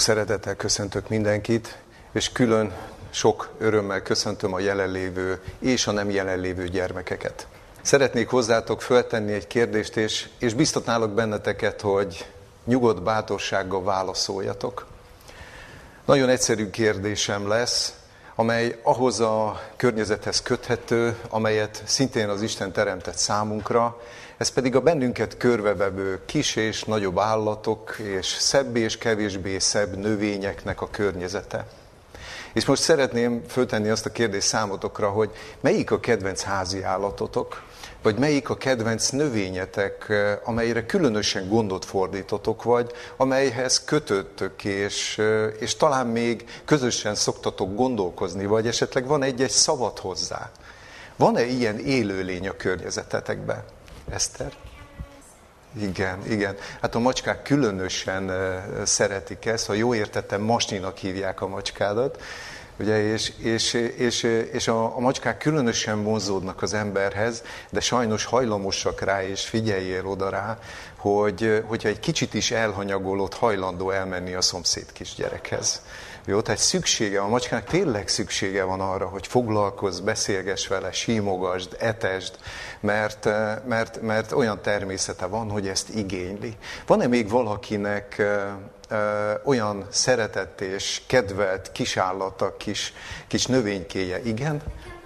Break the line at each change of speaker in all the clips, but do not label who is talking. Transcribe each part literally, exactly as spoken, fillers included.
Szeretettel köszöntök mindenkit, és külön sok örömmel köszöntöm a jelenlévő és a nem jelenlévő gyermekeket. Szeretnék hozzátok föltenni egy kérdést, és, és biztatnálok benneteket, hogy nyugodt bátorsággal válaszoljatok. Nagyon egyszerű kérdésem lesz, amely ahhoz a környezethez köthető, amelyet szintén az Isten teremtett számunkra, ez pedig a bennünket körvevevő kis és nagyobb állatok, és szebb és kevésbé szebb növényeknek a környezete. És most szeretném föltenni azt a kérdést számotokra, hogy melyik a kedvenc házi állatotok, vagy melyik a kedvenc növényetek, amelyre különösen gondot fordítotok, vagy amelyhez kötöttök, és, és talán még közösen szoktatok gondolkozni, vagy esetleg van egy-egy szavat hozzá. Van-e ilyen élőlény a környezetetekben? Eszter? Igen, igen. Hát a macskák különösen szeretik ezt, ha jól értettem, Masninak hívják a macskádat, ugye, és, és, és, és a, a macskák különösen vonzódnak az emberhez, de sajnos hajlamosak rá, és figyeljél oda rá, hogy, hogyha egy kicsit is elhanyagolod, hajlandó elmenni a szomszéd kisgyerekhez. Jó, tehát szüksége, a macskának tényleg szüksége van arra, hogy foglalkozz, beszélgess vele, símogasd, etesd, mert, mert, mert olyan természete van, hogy ezt igényli. Van-e még valakinek ö, ö, olyan szeretett és kedvelt kisállata, kis, kis növénykéje? Igen?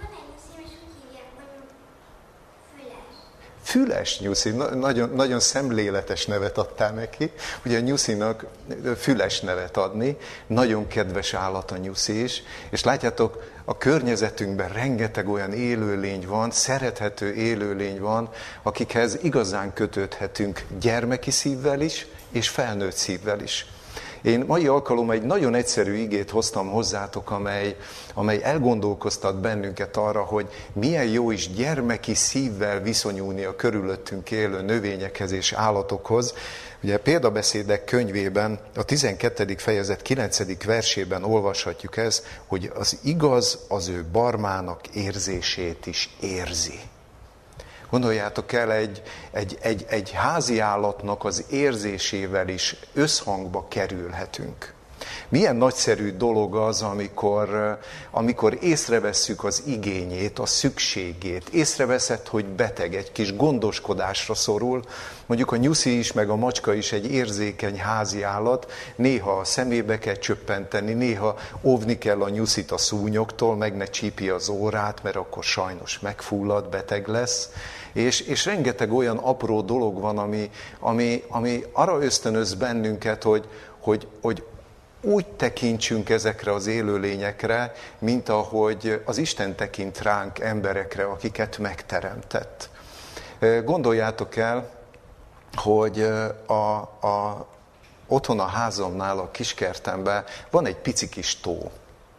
Füles nyuszi, nagyon, nagyon szemléletes nevet adtál neki. Ugye a nyuszinak füles nevet adni, nagyon kedves állat a nyuszi is. És látjátok, a környezetünkben rengeteg olyan élőlény van, szerethető élőlény van, akikhez igazán kötődhetünk gyermeki szívvel is, és felnőtt szívvel is. Én mai alkalommal egy nagyon egyszerű igét hoztam hozzátok, amely, amely elgondolkoztat bennünket arra, hogy milyen jó is gyermeki szívvel viszonyulni a körülöttünk élő növényekhez és állatokhoz. Ugye Példabeszédek könyvében, a tizenkettedik fejezet kilencedik versében olvashatjuk ezt, hogy az igaz az ő barmának érzését is érzi. Gondoljátok el, egy, egy, egy, egy házi állatnak az érzésével is összhangba kerülhetünk. Milyen nagyszerű dolog az, amikor, amikor észrevesszük az igényét, a szükségét. Észreveszed, hogy beteg, egy kis gondoskodásra szorul. Mondjuk a nyuszi is, meg a macska is egy érzékeny házi állat. Néha a szemébe kell csöppenteni, néha óvni kell a nyuszit a szúnyoktól, meg ne csípi az órát, mert akkor sajnos megfullad, beteg lesz. És, és rengeteg olyan apró dolog van, ami, ami, ami arra ösztönöz bennünket, hogy, hogy, hogy úgy tekintsünk ezekre az élőlényekre, mint ahogy az Isten tekint ránk emberekre, akiket megteremtett. Gondoljátok el, hogy a, a, otthon a házamnál, a kiskertemben van egy pici kis tó.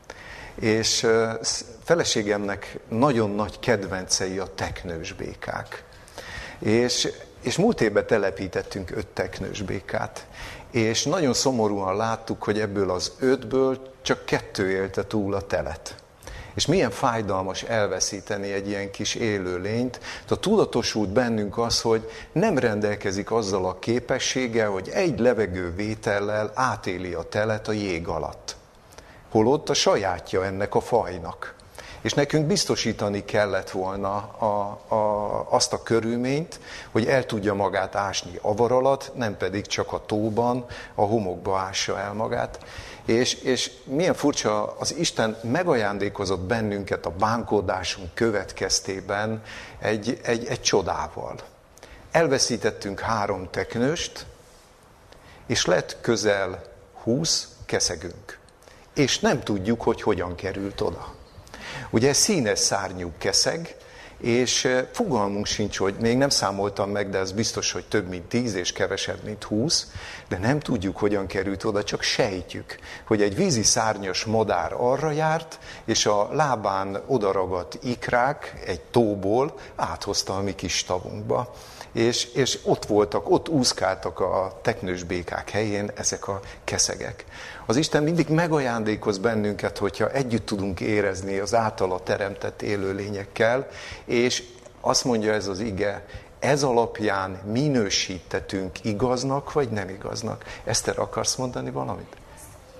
És feleségemnek nagyon nagy kedvencei a teknős békák. És, és múlt évben telepítettünk öt teknős békát. És nagyon szomorúan láttuk, hogy ebből az ötből csak kettő élte túl a telet. És milyen fájdalmas elveszíteni egy ilyen kis élőlényt. Tehát tudatosult bennünk az, hogy nem rendelkezik azzal a képességgel, hogy egy levegővétellel átéli a telet a jég alatt. Holott a sajátja ennek a fajnak. És nekünk biztosítani kellett volna a, a, azt a körülményt, hogy el tudja magát ásni avar alatt, nem pedig csak a tóban, a homokba ássa el magát. És, és milyen furcsa, az Isten megajándékozott bennünket a bánkodásunk következtében egy, egy, egy csodával. Elveszítettünk három teknőst, és lett közel húsz keszegünk. És nem tudjuk, hogy hogyan került oda. Ugye színes szárnyú keszeg, és fogalmunk sincs, hogy még nem számoltam meg, de ez biztos, hogy több mint tíz és kevesebb, mint húsz, de nem tudjuk, hogyan került oda, csak sejtjük, hogy egy vízi szárnyas madár arra járt, és a lábán odaragadt ikrák egy tóból áthozta a mi kis tavunkba. És, és ott voltak, ott úszkáltak a teknős békák helyén ezek a keszegek. Az Isten mindig megajándékoz bennünket, hogyha együtt tudunk érezni az általa teremtett élőlényekkel, és azt mondja ez az ige, ez alapján minősítetünk igaznak, vagy nem igaznak. Eszter, akarsz mondani valamit?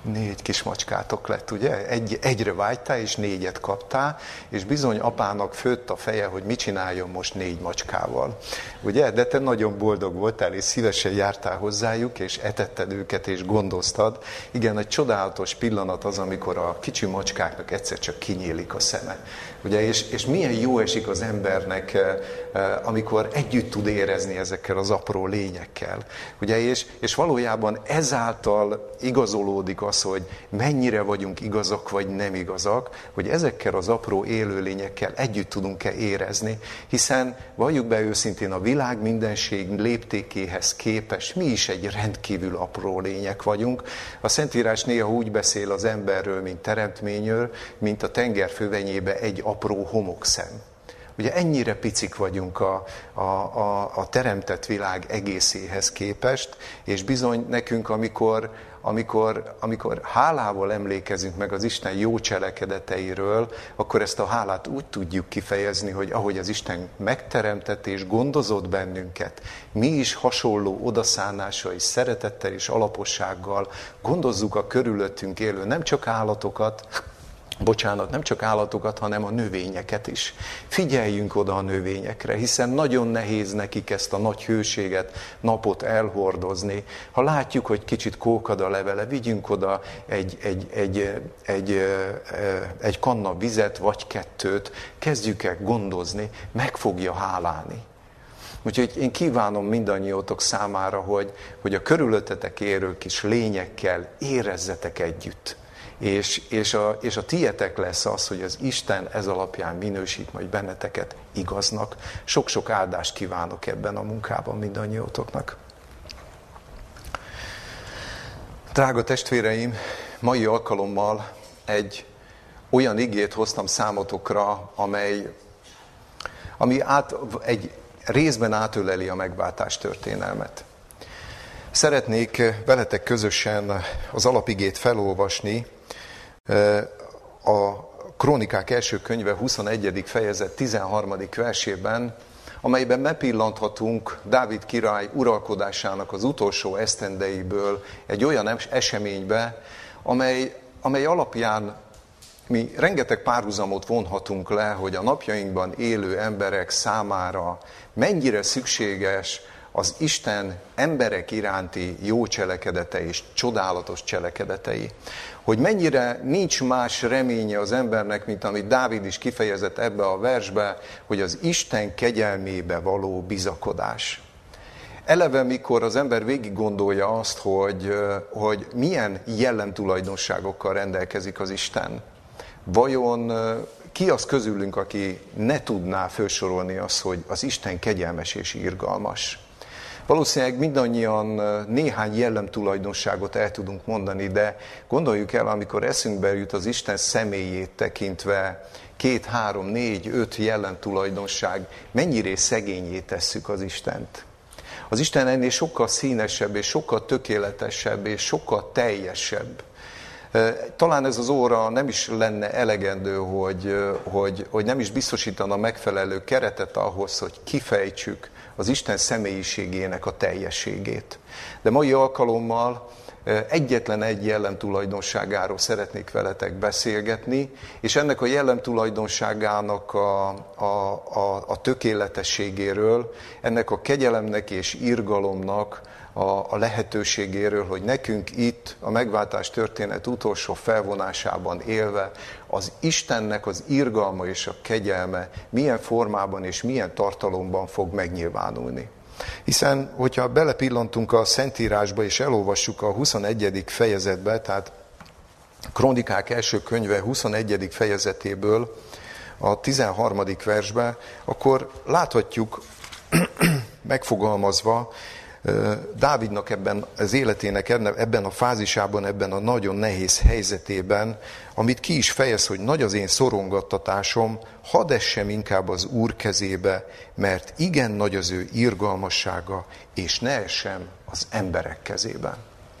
Négy kis macskátok lett, ugye? Egy, egyre vágytál, és négyet kaptál, és bizony apának főtt a feje, hogy mit csináljon most négy macskával. Ugye? De te nagyon boldog voltál, és szívesen jártál hozzájuk, és etetted őket, és gondoztad. Igen, egy csodálatos pillanat az, amikor a kicsi macskáknak egyszer csak kinyílik a szeme. Ugye? És, és milyen jó esik az embernek, amikor együtt tud érezni ezekkel az apró lényekkel. Ugye? És, és valójában ezáltal igazolódik az, hogy mennyire vagyunk igazak, vagy nem igazak, hogy ezekkel az apró élőlényekkel együtt tudunk-e érezni, hiszen valljuk be őszintén, a világ mindenség léptékéhez képest mi is egy rendkívül apró lények vagyunk. A Szentírás néha úgy beszél az emberről, mint teremtményről, mint a tenger fővenyébe egy apró homokszem. Ugye ennyire picik vagyunk a, a, a, a teremtett világ egészéhez képest, és bizony nekünk, amikor, amikor, amikor hálával emlékezünk meg az Isten jó cselekedeteiről, akkor ezt a hálát úgy tudjuk kifejezni, hogy ahogy az Isten megteremtett és gondozott bennünket, mi is hasonló odaszánással és szeretettel és alapossággal gondozzuk a körülöttünk élő nem csak állatokat, Bocsánat, nem csak állatokat, hanem a növényeket is. Figyeljünk oda a növényekre, hiszen nagyon nehéz nekik ezt a nagy hőséget, napot elhordozni. Ha látjuk, hogy kicsit kókad a levele, vigyünk oda egy, egy, egy, egy, egy kanna vizet, vagy kettőt, kezdjük el gondozni, meg fogja hálálni. Úgyhogy én kívánom mindannyiótok számára, hogy, hogy a körülöttetek érő kis lényekkel érezzetek együtt. És, és, a, és a tietek lesz az, hogy az Isten ez alapján minősít majd benneteket igaznak. Sok-sok áldást kívánok ebben a munkában mindannyiótoknak. Drága testvéreim, mai alkalommal egy olyan igét hoztam számotokra, amely ami át, egy részben átöleli a megváltás történelmet. Szeretnék veletek közösen az alapigét felolvasni, a Krónikák első könyve huszonegyedik fejezet tizenharmadik versében, amelyben bepillanthatunk Dávid király uralkodásának az utolsó esztendeiből egy olyan eseménybe, amely, amely alapján mi rengeteg párhuzamot vonhatunk le, hogy a napjainkban élő emberek számára mennyire szükséges az Isten emberek iránti jó cselekedete és csodálatos cselekedetei. Hogy mennyire nincs más reménye az embernek, mint amit Dávid is kifejezett ebbe a versbe, hogy az Isten kegyelmébe való bizakodás. Eleve, mikor az ember végig gondolja azt, hogy, hogy milyen jellemtulajdonságokkal rendelkezik az Isten, vajon ki az közülünk, aki ne tudná felsorolni azt, hogy az Isten kegyelmes és irgalmas? Valószínűleg mindannyian néhány jellemtulajdonságot el tudunk mondani, de gondoljuk el, amikor eszünkbe jut az Isten személyét tekintve, két, három, négy, öt jellemtulajdonság, mennyire szegényé tesszük az Istent. Az Isten ennél sokkal színesebb, és sokkal tökéletesebb, és sokkal teljesebb. Talán ez az óra nem is lenne elegendő, hogy, hogy, hogy nem is biztosítana megfelelő keretet ahhoz, hogy kifejtsük az Isten személyiségének a teljességét. De mai alkalommal egyetlen egy jellemtulajdonságáról szeretnék veletek beszélgetni, és ennek a jellemtulajdonságának a, a, a, a tökéletességéről, ennek a kegyelemnek és irgalomnak a, a lehetőségéről, hogy nekünk itt a megváltás történet utolsó felvonásában élve az Istennek az irgalma és a kegyelme milyen formában és milyen tartalomban fog megnyilvánulni. Hiszen, hogyha belepillantunk a Szentírásba és elolvassuk a huszonegyedik fejezetbe, tehát Krónikák első könyve huszonegyedik fejezetéből a tizenharmadik versbe, akkor láthatjuk megfogalmazva Dávidnak ebben az életének ebben a fázisában, ebben a nagyon nehéz helyzetében, amit ki is fejez, hogy nagy az én szorongattatásom, hadd essem inkább az Úr kezébe, mert igen nagy az ő irgalmassága, és ne essem az emberek kezébe.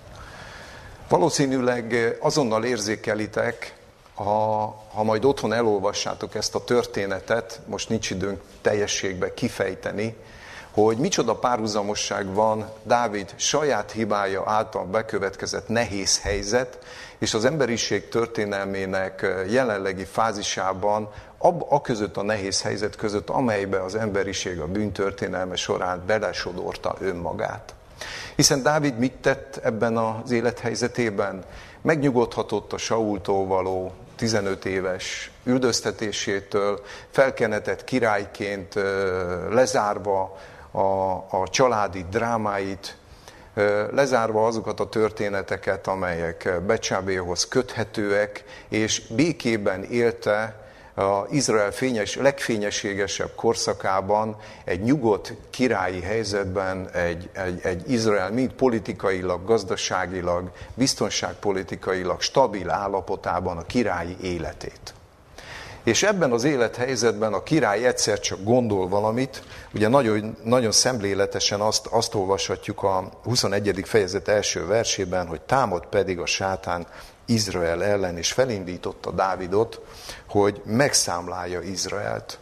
Valószínűleg azonnal érzékelitek, ha, ha majd otthon elolvassátok ezt a történetet, most nincs időnk teljességbe kifejteni, hogy micsoda párhuzamosság van Dávid saját hibája által bekövetkezett nehéz helyzet, és az emberiség történelmének jelenlegi fázisában, ab, a között a nehéz helyzet között, amelybe az emberiség a bűntörténelme során belesodorta önmagát. Hiszen Dávid mit tett ebben az élethelyzetében? Megnyugodhatott a Saultól való tizenöt éves üldöztetésétől, felkenetett királyként lezárva a, a családi drámáit, lezárva azokat a történeteket, amelyek Becsábéhoz köthetőek, és békében élte az Izrael fényes, legfényességesebb korszakában, egy nyugodt királyi helyzetben, egy, egy, egy Izrael mind politikailag, gazdaságilag, biztonságpolitikailag stabil állapotában a királyi életét. És ebben az élethelyzetben a király egyszer csak gondol valamit, ugye nagyon, nagyon szemléletesen azt, azt olvashatjuk a huszonegyedik fejezet első versében, hogy támad pedig a sátán Izrael ellen, és felindította Dávidot, hogy megszámlálja Izraelt.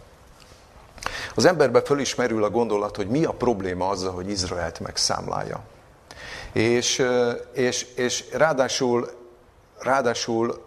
Az emberbe fölismerül a gondolat, hogy mi a probléma azzal, hogy Izraelt megszámlálja. És, és, és ráadásul, ráadásul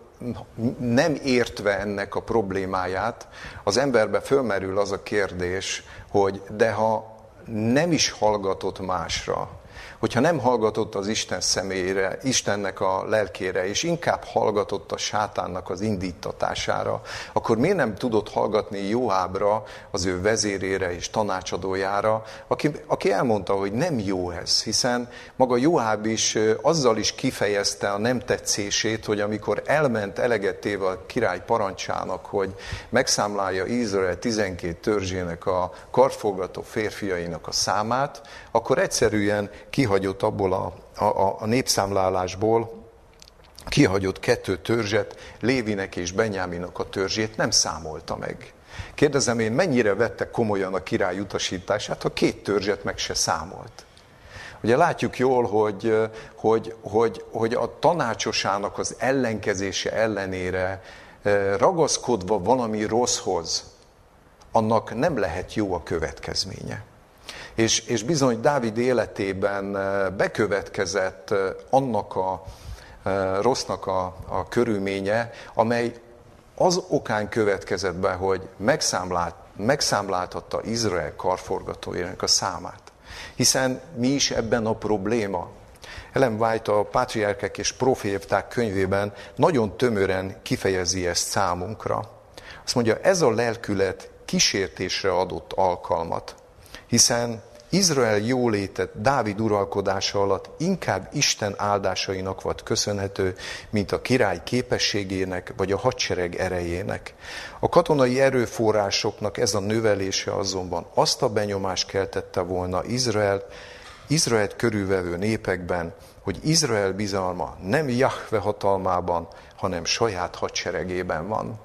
nem értve ennek a problémáját, az emberbe fölmerül az a kérdés, hogy de ha nem is hallgatott másra, hogyha nem hallgatott az Isten személyére, Istennek a lelkére, és inkább hallgatott a sátánnak az indítatására, akkor miért nem tudott hallgatni Joábra, az ő vezérére és tanácsadójára, aki, aki elmondta, hogy nem jó ez, hiszen maga Joáb is azzal is kifejezte a nem tetszését, hogy amikor elment eleget téve a király parancsának, hogy megszámlálja Izrael tizenkét törzsének a karforgató férfiainak a számát, akkor egyszerűen kihagyott abból a, a, a népszámlálásból, kihagyott kettő törzset, Lévinek és Benyáminak a törzsét nem számolta meg. Kérdezem én, mennyire vette komolyan a király utasítását, ha két törzset meg se számolt? Ugye látjuk jól, hogy, hogy, hogy, hogy a tanácsosának az ellenkezése ellenére ragaszkodva valami rosszhoz, annak nem lehet jó a következménye. És, és bizony Dávid életében bekövetkezett annak a rossznak a, a körülménye, amely az okán következett be, hogy megszámlált, megszámláltatta Izrael karforgatójának a számát. Hiszen mi is ebben a probléma? Ellen White a Pátriárkák és Proféták könyvében nagyon tömören kifejezi ezt számunkra. Azt mondja, ez a lelkület kísértésre adott alkalmat, hiszen Izrael jólétet Dávid uralkodása alatt inkább Isten áldásainak volt köszönhető, mint a király képességének vagy a hadsereg erejének. A katonai erőforrásoknak ez a növelése azonban azt a benyomást keltette volna Izrael, Izraelt körülvevő népekben, hogy Izrael bizalma nem Jahve hatalmában, hanem saját hadseregében van.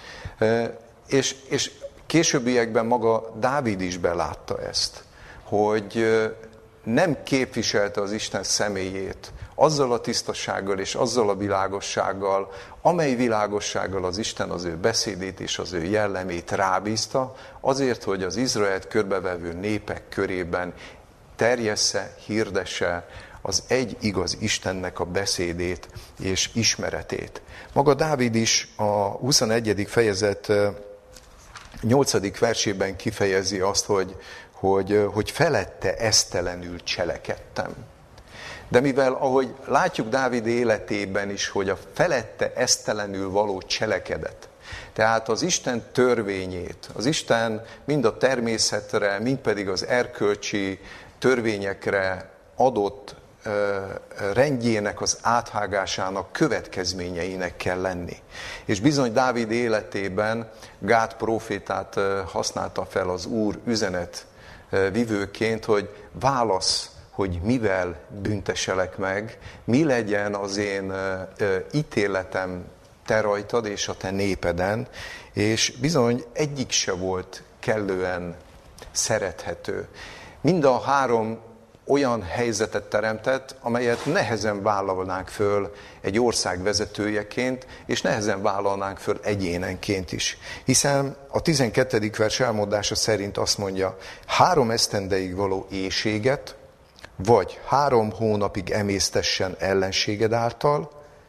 És, és későbbiekben maga Dávid is belátta ezt, hogy nem képviselte az Isten személyét azzal a tisztasággal és azzal a világossággal, amely világossággal az Isten az ő beszédét és az ő jellemét rábízta, azért, hogy az Izraelt körbevevő népek körében terjessze, hirdesse az egy igaz Istennek a beszédét és ismeretét. Maga Dávid is a huszonegyedik fejezet nyolcadik versében kifejezi azt, hogy Hogy, hogy felette esztelenül cselekedtem. De mivel, ahogy látjuk Dávid életében is, hogy a felette esztelenül való cselekedet, tehát az Isten törvényét, az Isten mind a természetre, mind pedig az erkölcsi törvényekre adott ö, rendjének az áthágásának következményeinek kell lenni. És bizony Dávid életében Gád prófétát használta fel az Úr üzenet vivőként, hogy válasz, hogy mivel bünteselek meg, mi legyen az én ítéletem te rajtad és a te népeden, és bizony egyik se volt kellően szerethető. Mind a három olyan helyzetet teremtett, amelyet nehezen vállalnánk föl egy ország vezetőjeként, és nehezen vállalnánk föl egyénenként is. Hiszen a tizenkettedik vers elmondása szerint azt mondja, három esztendeig való éhséget, vagy három hónapig emésztessen ellenséged által,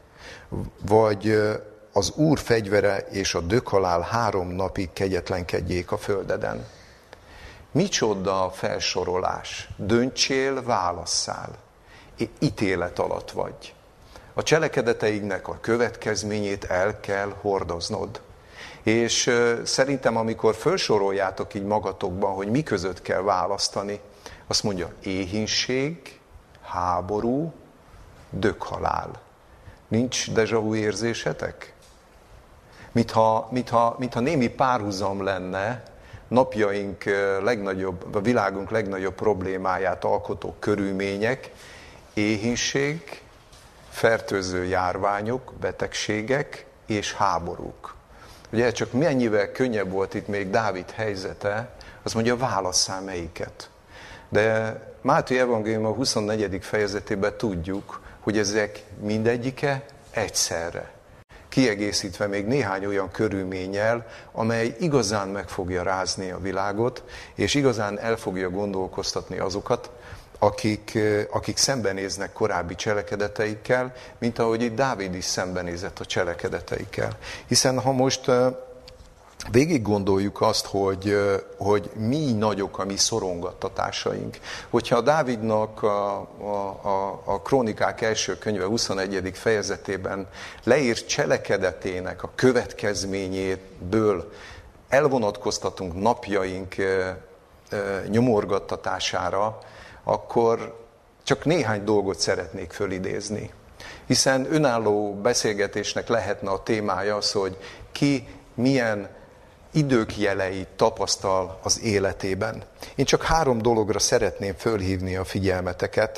vagy az Úr fegyvere és a dökhalál három napig kegyetlenkedjék a földeden. Micsoda felsorolás. Döntsél, válasszál. Ítélet alatt vagy. A cselekedeteidnek a következményét el kell hordoznod. És szerintem, amikor felsoroljátok így magatokban, hogy mi között kell választani, azt mondja, éhínség, háború, dökhalál. Nincs déjà vu érzésetek? Mintha, mintha, mintha némi párhuzam lenne napjaink legnagyobb, a világunk legnagyobb problémáját alkotó körülmények, éhínség, fertőző járványok, betegségek és háborúk. Ugye csak mennyivel könnyebb volt itt még Dávid helyzete, azt mondja, válasszál melyiket. De Máté evangélium a huszonnegyedik fejezetében tudjuk, hogy ezek mindegyike egyszerre. Kiegészítve még néhány olyan körülménnyel, amely igazán meg fogja rázni a világot, és igazán el fogja gondolkoztatni azokat, akik, akik szembenéznek korábbi cselekedeteikkel, mint ahogy itt Dávid is szembenézett a cselekedeteikkel. Hiszen ha most végig gondoljuk azt, hogy, hogy mi nagyok a mi szorongattatásaink. Hogyha Dávidnak a, a, a Krónikák első könyve huszonegyedik fejezetében leírt cselekedetének a következményéből elvonatkoztatunk napjaink nyomorgattatására, akkor csak néhány dolgot szeretnék fölidézni. Hiszen önálló beszélgetésnek lehetne a témája az, hogy ki milyen idők jeleit tapasztal az életében. Én csak három dologra szeretném fölhívni a figyelmeteket.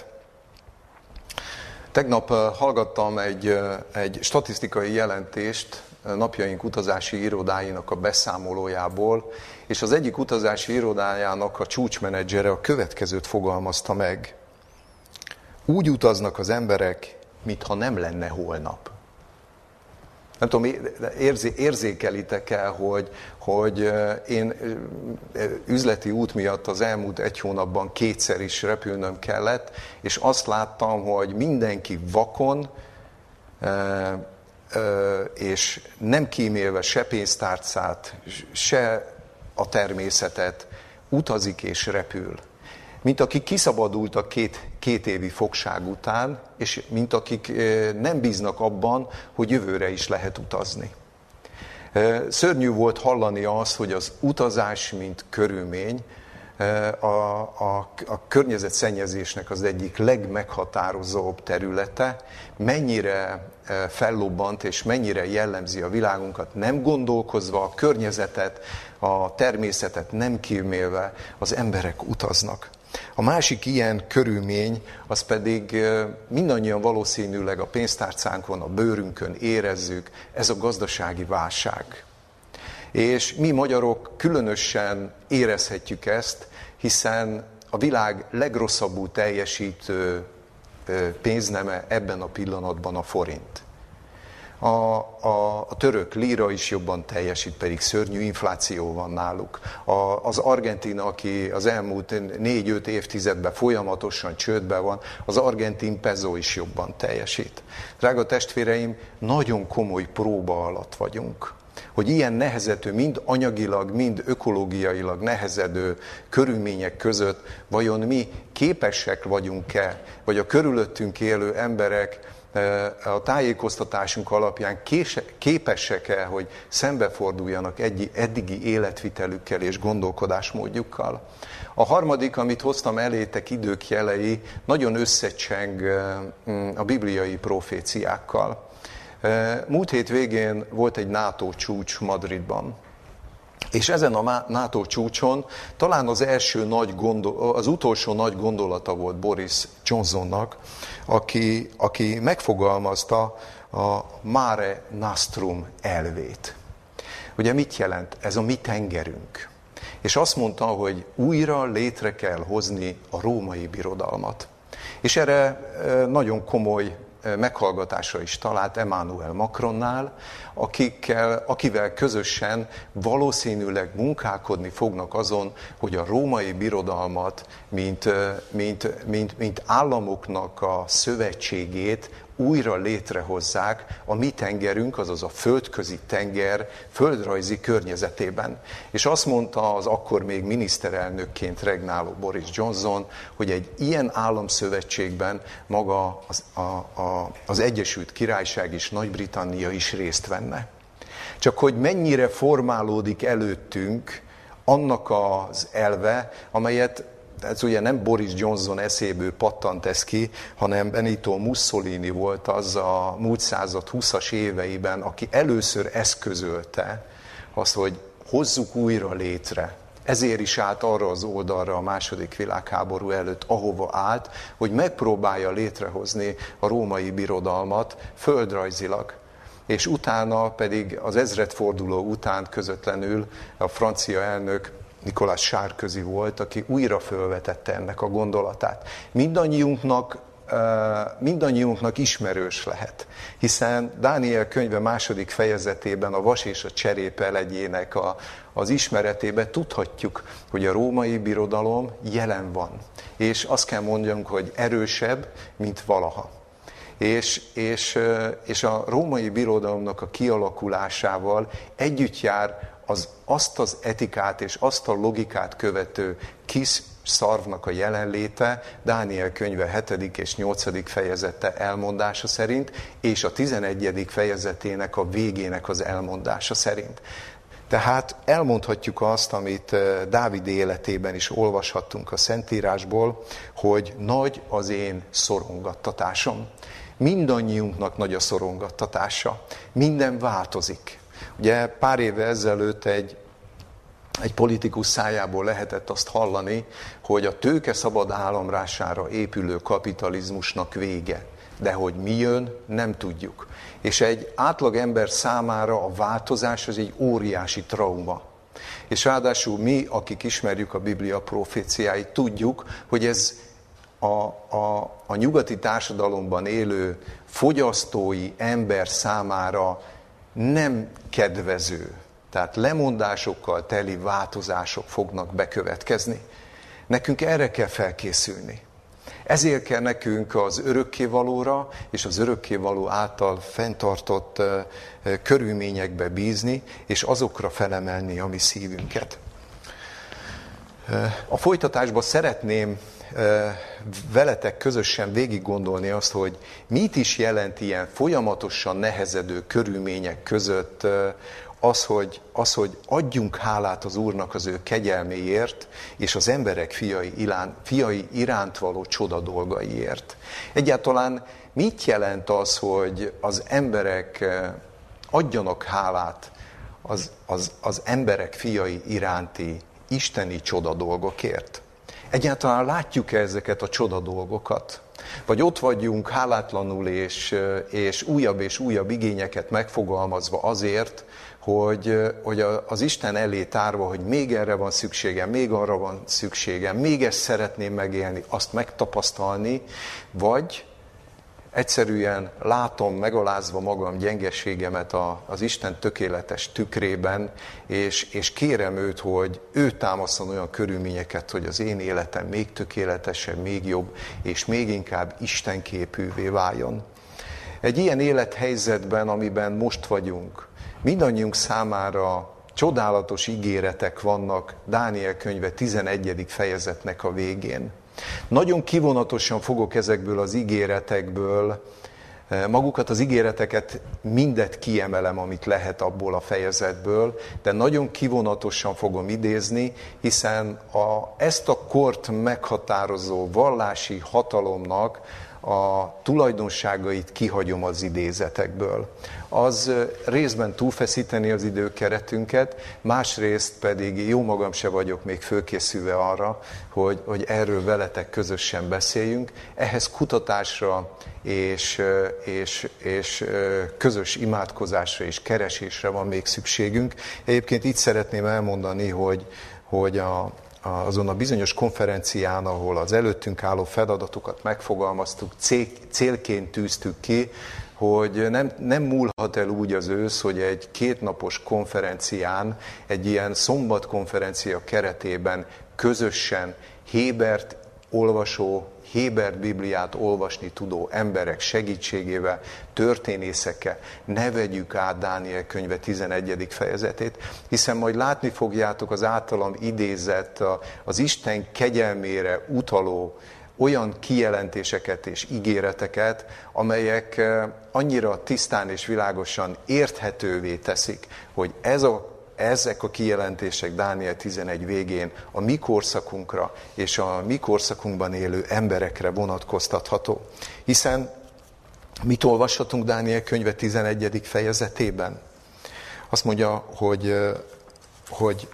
Tegnap hallgattam egy, egy statisztikai jelentést napjaink utazási irodáinak a beszámolójából, és az egyik utazási irodájának a csúcsmenedzsere a következőt fogalmazta meg. Úgy utaznak az emberek, mintha nem lenne holnap. Nem tudom, érzé, érzékelitek el, hogy, hogy én üzleti út miatt az elmúlt egy hónapban kétszer is repülnöm kellett, és azt láttam, hogy mindenki vakon, és nem kímélve se pénztárcát, se a természetet, utazik és repül. Mint akik kiszabadultak két, két évi fogság után, és mint akik nem bíznak abban, hogy jövőre is lehet utazni. Szörnyű volt hallani azt, hogy az utazás, mint körülmény, a, a, a környezetszennyezésnek az egyik legmeghatározóbb területe, mennyire fellobbant és mennyire jellemzi a világunkat, nem gondolkozva a környezetet, a természetet nem kímélve az emberek utaznak. A másik ilyen körülmény, az pedig mindannyian valószínűleg a pénztárcánkon, a bőrünkön érezzük, ez a gazdasági válság. És mi magyarok különösen érezhetjük ezt, hiszen a világ legrosszabbul teljesítő pénzneme ebben a pillanatban a forint. A, a, a török líra is jobban teljesít, pedig szörnyű infláció van náluk. A, az argentin, aki az elmúlt négy-öt évtizedben folyamatosan csődben van, az argentin peso is jobban teljesít. Drága testvéreim, nagyon komoly próba alatt vagyunk. Hogy ilyen nehezető, mind anyagilag, mind ökológiailag nehezedő körülmények között vajon mi képesek vagyunk-e, vagy a körülöttünk élő emberek a tájékoztatásunk alapján képesek-e, hogy szembeforduljanak egy eddigi életvitelükkel és gondolkodásmódjukkal. A harmadik, amit hoztam elétek idők jelei, nagyon összecseng a bibliai proféciákkal. Múlt hét végén volt egy NATO csúcs Madridban. És ezen a NATO csúcson talán az első nagy gondol, az utolsó nagy gondolata volt Boris Johnsonnak, aki, aki megfogalmazta a Mare Nostrum elvét. Ugye mit jelent? Ez a mi tengerünk. És azt mondta, hogy újra létre kell hozni a római birodalmat. És erre nagyon komoly meghallgatásra is talált Emmanuel Macronnál, akikkel, akivel közösen valószínűleg munkálkodni fognak azon, hogy a római birodalmat, mint, mint, mint, mint államoknak a szövetségét újra létrehozzák a mi tengerünk, azaz a földközi tenger földrajzi környezetében. És azt mondta az akkor még miniszterelnökként regnáló Boris Johnson, hogy egy ilyen államszövetségben maga az, a, a, az Egyesült Királyság és Nagy-Britannia is részt venne. Csak hogy mennyire formálódik előttünk annak az elve, amelyet ez ugye nem Boris Johnson eszéből pattant ez ki, hanem Benito Mussolini volt az a múlt század huszas éveiben, aki először eszközölte azt, hogy hozzuk újra létre. Ezért is állt arra az oldalra a második világháború előtt, ahova állt, hogy megpróbálja létrehozni a római birodalmat földrajzilag. És utána pedig az ezredforduló után közvetlenül a francia elnök Nicolas Sarkozy volt, aki újra fölvetette ennek a gondolatát. Mindannyiunknak, mindannyiunknak ismerős lehet, hiszen Dániel könyve második fejezetében a vas és a cserépe legyének a, az ismeretében tudhatjuk, hogy a római birodalom jelen van. És azt kell mondjunk, hogy erősebb, mint valaha. És, és, és a római birodalomnak a kialakulásával együtt jár az, azt az etikát és azt a logikát követő kis szarvnak a jelenléte Dániel könyve hetedik és nyolcadik fejezete elmondása szerint, és a tizenegyedik fejezetének a végének az elmondása szerint. Tehát elmondhatjuk azt, amit Dávid életében is olvashattunk a Szentírásból, hogy nagy az én szorongattatásom. Mindannyiunknak nagy a szorongattatása. Minden változik. Ugye pár éve ezelőtt egy, egy politikus szájából lehetett azt hallani, hogy a tőke szabad államrására épülő kapitalizmusnak vége. De hogy mi jön, nem tudjuk. És egy átlag ember számára a változás az egy óriási trauma. És ráadásul mi, akik ismerjük a Biblia proféciáit, tudjuk, hogy ez a, a, a nyugati társadalomban élő fogyasztói ember számára nem kedvező. Tehát lemondásokkal teli változások fognak bekövetkezni. Nekünk erre kell felkészülni. Ezért kell nekünk az örökkévalóra és az örökkévaló által fenntartott körülményekbe bízni, és azokra felemelni a mi szívünket. A folytatásban szeretném veletek közösen végig gondolni azt, hogy mit is jelent ilyen folyamatosan nehezedő körülmények között az, hogy, az, hogy adjunk hálát az Úrnak az ő kegyelméért, és az emberek fiai, iránt, fiai iránt való csoda dolgaiért. Egyáltalán mit jelent az, hogy az emberek adjanak hálát az, az, az emberek fiai iránti isteni csoda dolgokért? Egyáltalán látjuk-e ezeket a csoda dolgokat? Vagy ott vagyunk hálátlanul és, és újabb és újabb igényeket megfogalmazva azért, hogy, hogy az Isten elé tárva, hogy még erre van szükségem, még arra van szükségem, még ezt szeretném megélni, azt megtapasztalni, vagy egyszerűen látom megalázva magam gyengeségemet az Isten tökéletes tükrében, és, és kérem őt, hogy ő támaszon olyan körülményeket, hogy az én életem még tökéletesebb, még jobb, és még inkább istenképűvé váljon. Egy ilyen élethelyzetben, amiben most vagyunk, mindannyiunk számára csodálatos ígéretek vannak Dániel könyve tizenegyedik fejezetnek a végén. Nagyon kivonatosan fogok ezekből az ígéretekből, magukat az ígéreteket mindet kiemelem, amit lehet abból a fejezetből, de nagyon kivonatosan fogom idézni, hiszen a, ezt a kort meghatározó vallási hatalomnak a tulajdonságait kihagyom az idézetekből. Az részben túlfeszíteni az időkeretünket, másrészt pedig jó magam se vagyok még fölkészülve arra, hogy, hogy erről veletek közösen beszéljünk. Ehhez kutatásra és, és, és közös imádkozásra és keresésre van még szükségünk. Egyébként itt szeretném elmondani, hogy hogy a, azon a bizonyos konferencián, ahol az előttünk álló feladatokat megfogalmaztuk, cél, célként tűztük ki, hogy nem, nem múlhat el úgy az ősz, hogy egy kétnapos konferencián, egy ilyen szombatkonferencia keretében közösen Hébert olvasó, Hébert Bibliát olvasni tudó emberek segítségével, történészekkel ne vegyük át Dániel könyve tizenegyedik fejezetét, hiszen majd látni fogjátok az általam idézett, az Isten kegyelmére utaló olyan kijelentéseket és ígéreteket, amelyek annyira tisztán és világosan érthetővé teszik, hogy ez a ezek a kijelentések Dániel tizenegy végén a mi korszakunkra és a mi korszakunkban élő emberekre vonatkoztatható. Hiszen mit olvashatunk Dániel könyve tizenegyedik fejezetében? Azt mondja, hogy, hogy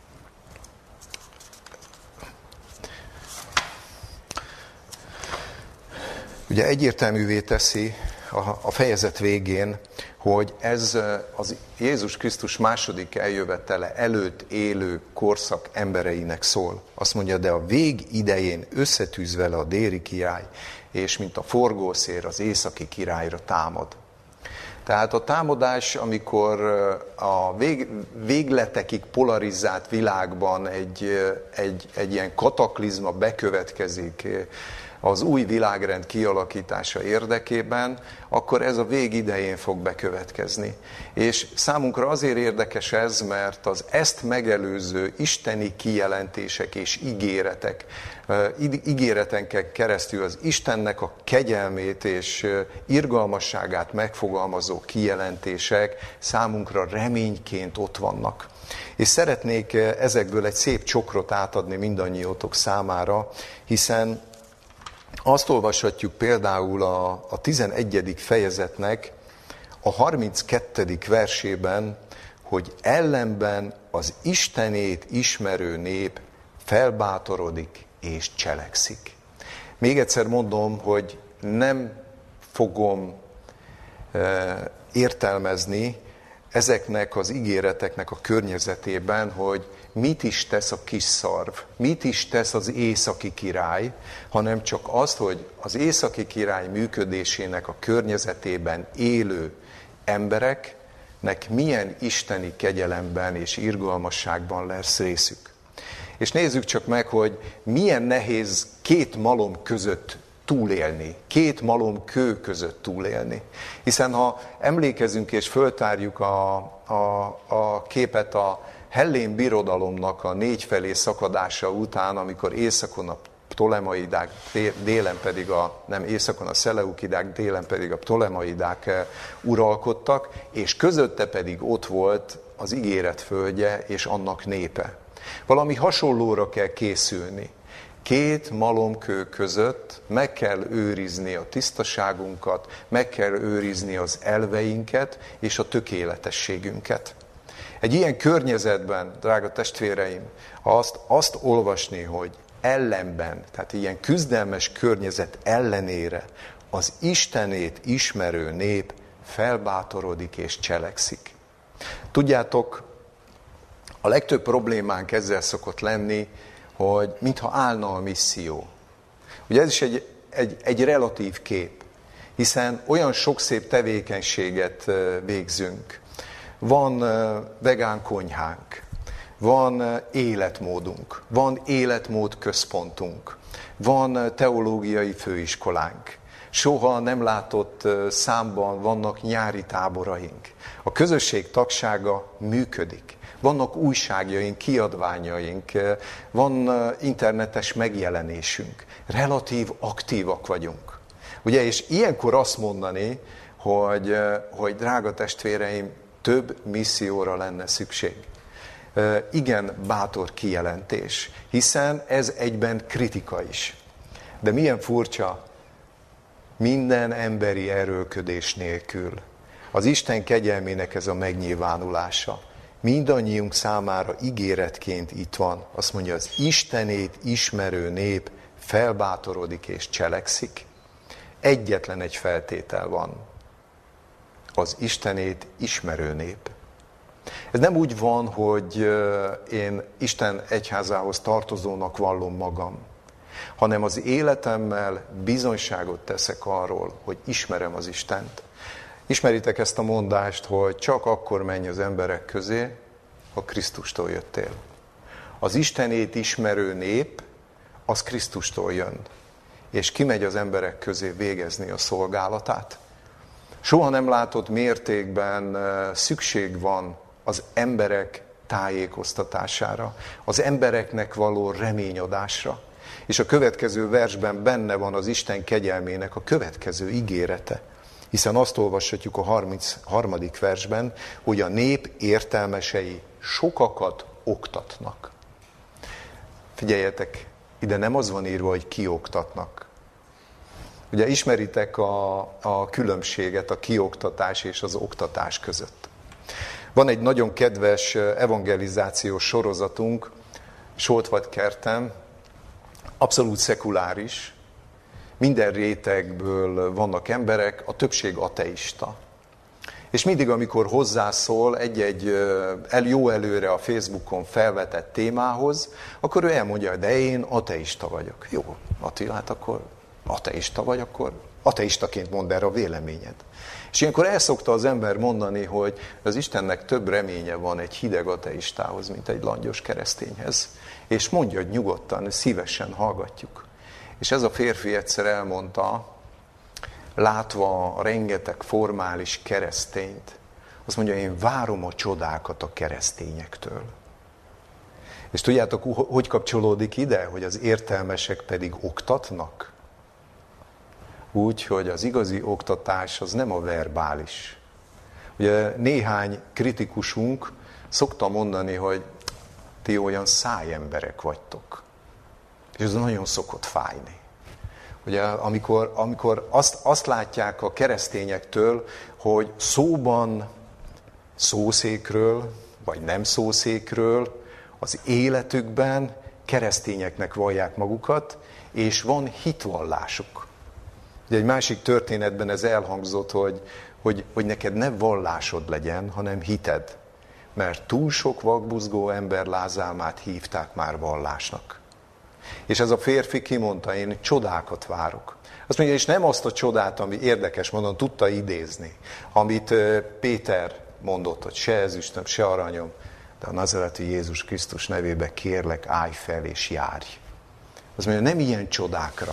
ugye egyértelművé teszi a fejezet végén, hogy ez az Jézus Krisztus második eljövetele előtt élő korszak embereinek szól. Azt mondja, de a vég idején összetűz vele a déli király, és mint a forgószél az északi királyra támad. Tehát a támadás, amikor a vég, végletekig polarizált világban egy, egy, egy ilyen kataklizma bekövetkezik, az új világrend kialakítása érdekében, akkor ez a vég idején fog bekövetkezni. És számunkra azért érdekes ez, mert az ezt megelőző isteni kijelentések és ígéretek, ígéretenken keresztül az Istennek a kegyelmét és irgalmasságát megfogalmazó kijelentések számunkra reményként ott vannak. És szeretnék ezekből egy szép csokrot átadni mindannyiótok számára, hiszen azt olvashatjuk például a, a tizenegyedik fejezetnek a harminckettedik versében, hogy ellenben az Istenét ismerő nép felbátorodik és cselekszik. Még egyszer mondom, hogy nem fogom e, értelmezni ezeknek az ígéreteknek a környezetében, hogy mit is tesz a kis szarv, mit is tesz az északi király, hanem csak azt, hogy az északi király működésének a környezetében élő embereknek milyen isteni kegyelemben és irgalmasságban lesz részük. És nézzük csak meg, hogy milyen nehéz két malom között túlélni, két malom kő között túlélni. Hiszen ha emlékezünk és föltárjuk a, a, a képet a Hellén birodalomnak a négyfelé szakadása után, amikor északon a Ptolemaidák, délen pedig a, nem északon a Szeleukidák, délen pedig a Ptolemaidák uralkodtak, és közötte pedig ott volt az ígéret földje és annak népe. Valami hasonlóra kell készülni. Két malomkő között meg kell őrizni a tisztaságunkat, meg kell őrizni az elveinket és a tökéletességünket. Egy ilyen környezetben, drága testvéreim, azt, azt olvasni, hogy ellenben, tehát ilyen küzdelmes környezet ellenére az Istenét ismerő nép felbátorodik és cselekszik. Tudjátok, a legtöbb problémánk ezzel szokott lenni, hogy mintha állna a misszió. Ugye ez is egy, egy, egy relatív kép, hiszen olyan sok szép tevékenységet végzünk. Van vegán konyhánk, van életmódunk, van életmód központunk, van teológiai főiskolánk. Soha nem látott számban vannak nyári táboraink. A közösség tagsága működik. Vannak újságjaink, kiadványaink, van internetes megjelenésünk. Relatív aktívak vagyunk. Ugye, és ilyenkor azt mondani, hogy, hogy drága testvéreim, több misszióra lenne szükség. Igen, bátor kijelentés, hiszen ez egyben kritika is. De milyen furcsa, minden emberi erőlködés nélkül. Az Isten kegyelmének ez a megnyilvánulása. Mindannyiunk számára ígéretként itt van. Azt mondja, az Istenét ismerő nép felbátorodik és cselekszik. Egyetlen egy feltétel van. Az Istenét ismerő nép. Ez nem úgy van, hogy én Isten egyházához tartozónak vallom magam, hanem az életemmel bizonyságot teszek arról, hogy ismerem az Istent. Ismeritek ezt a mondást, hogy csak akkor menj az emberek közé, ha Krisztustól jöttél. Az Istenét ismerő nép, az Krisztustól jön, és kimegy az emberek közé végezni a szolgálatát. Soha nem látott mértékben szükség van az emberek tájékoztatására, az embereknek való reményadásra. És a következő versben benne van az Isten kegyelmének a következő ígérete. Hiszen azt olvashatjuk a harmincharmadik versben, hogy a nép értelmesei sokakat oktatnak. Figyeljetek, ide nem az van írva, hogy kioktatnak. Ugye ismeritek a, a különbséget a kioktatás és az oktatás között. Van egy nagyon kedves evangelizációs sorozatunk, Soltvatkerten, abszolút szekuláris, minden rétegből vannak emberek, a többség ateista. És mindig, amikor hozzászól egy-egy el, jó előre a Facebookon felvetett témához, akkor ő elmondja, de én ateista vagyok. Jó, Attila, hát akkor ateista vagy, akkor ateistaként mondd erre a véleményed. És ilyenkor el szokta az ember mondani, hogy az Istennek több reménye van egy hideg ateistához, mint egy langyos keresztényhez. És mondja, hogy nyugodtan, szívesen hallgatjuk. És ez a férfi egyszer elmondta, látva a rengeteg formális keresztényt, azt mondja, én várom a csodákat a keresztényektől. És tudjátok, hogy kapcsolódik ide, hogy az értelmesek pedig oktatnak? Úgy, hogy az igazi oktatás az nem a verbális. Ugye néhány kritikusunk szokta mondani, hogy ti olyan szájemberek vagytok. És ez nagyon szokott fájni. Ugye, amikor, amikor azt, azt látják a keresztényektől, hogy szóban szószékről, vagy nem szószékről, az életükben keresztényeknek vallják magukat, és van hitvallásuk. Ugye egy másik történetben ez elhangzott, hogy, hogy, hogy neked ne vallásod legyen, hanem hited. Mert túl sok vakbuzgó ember lázálmát hívták már vallásnak. És ez a férfi kimondta, én csodákat várok. Azt mondja, és nem azt a csodát, ami érdekes mondom, tudta idézni, amit Péter mondott, hogy se ezüstöm, se aranyom, de a nazareti Jézus Krisztus nevébe kérlek, állj fel és járj. Azt mondja, nem ilyen csodákra,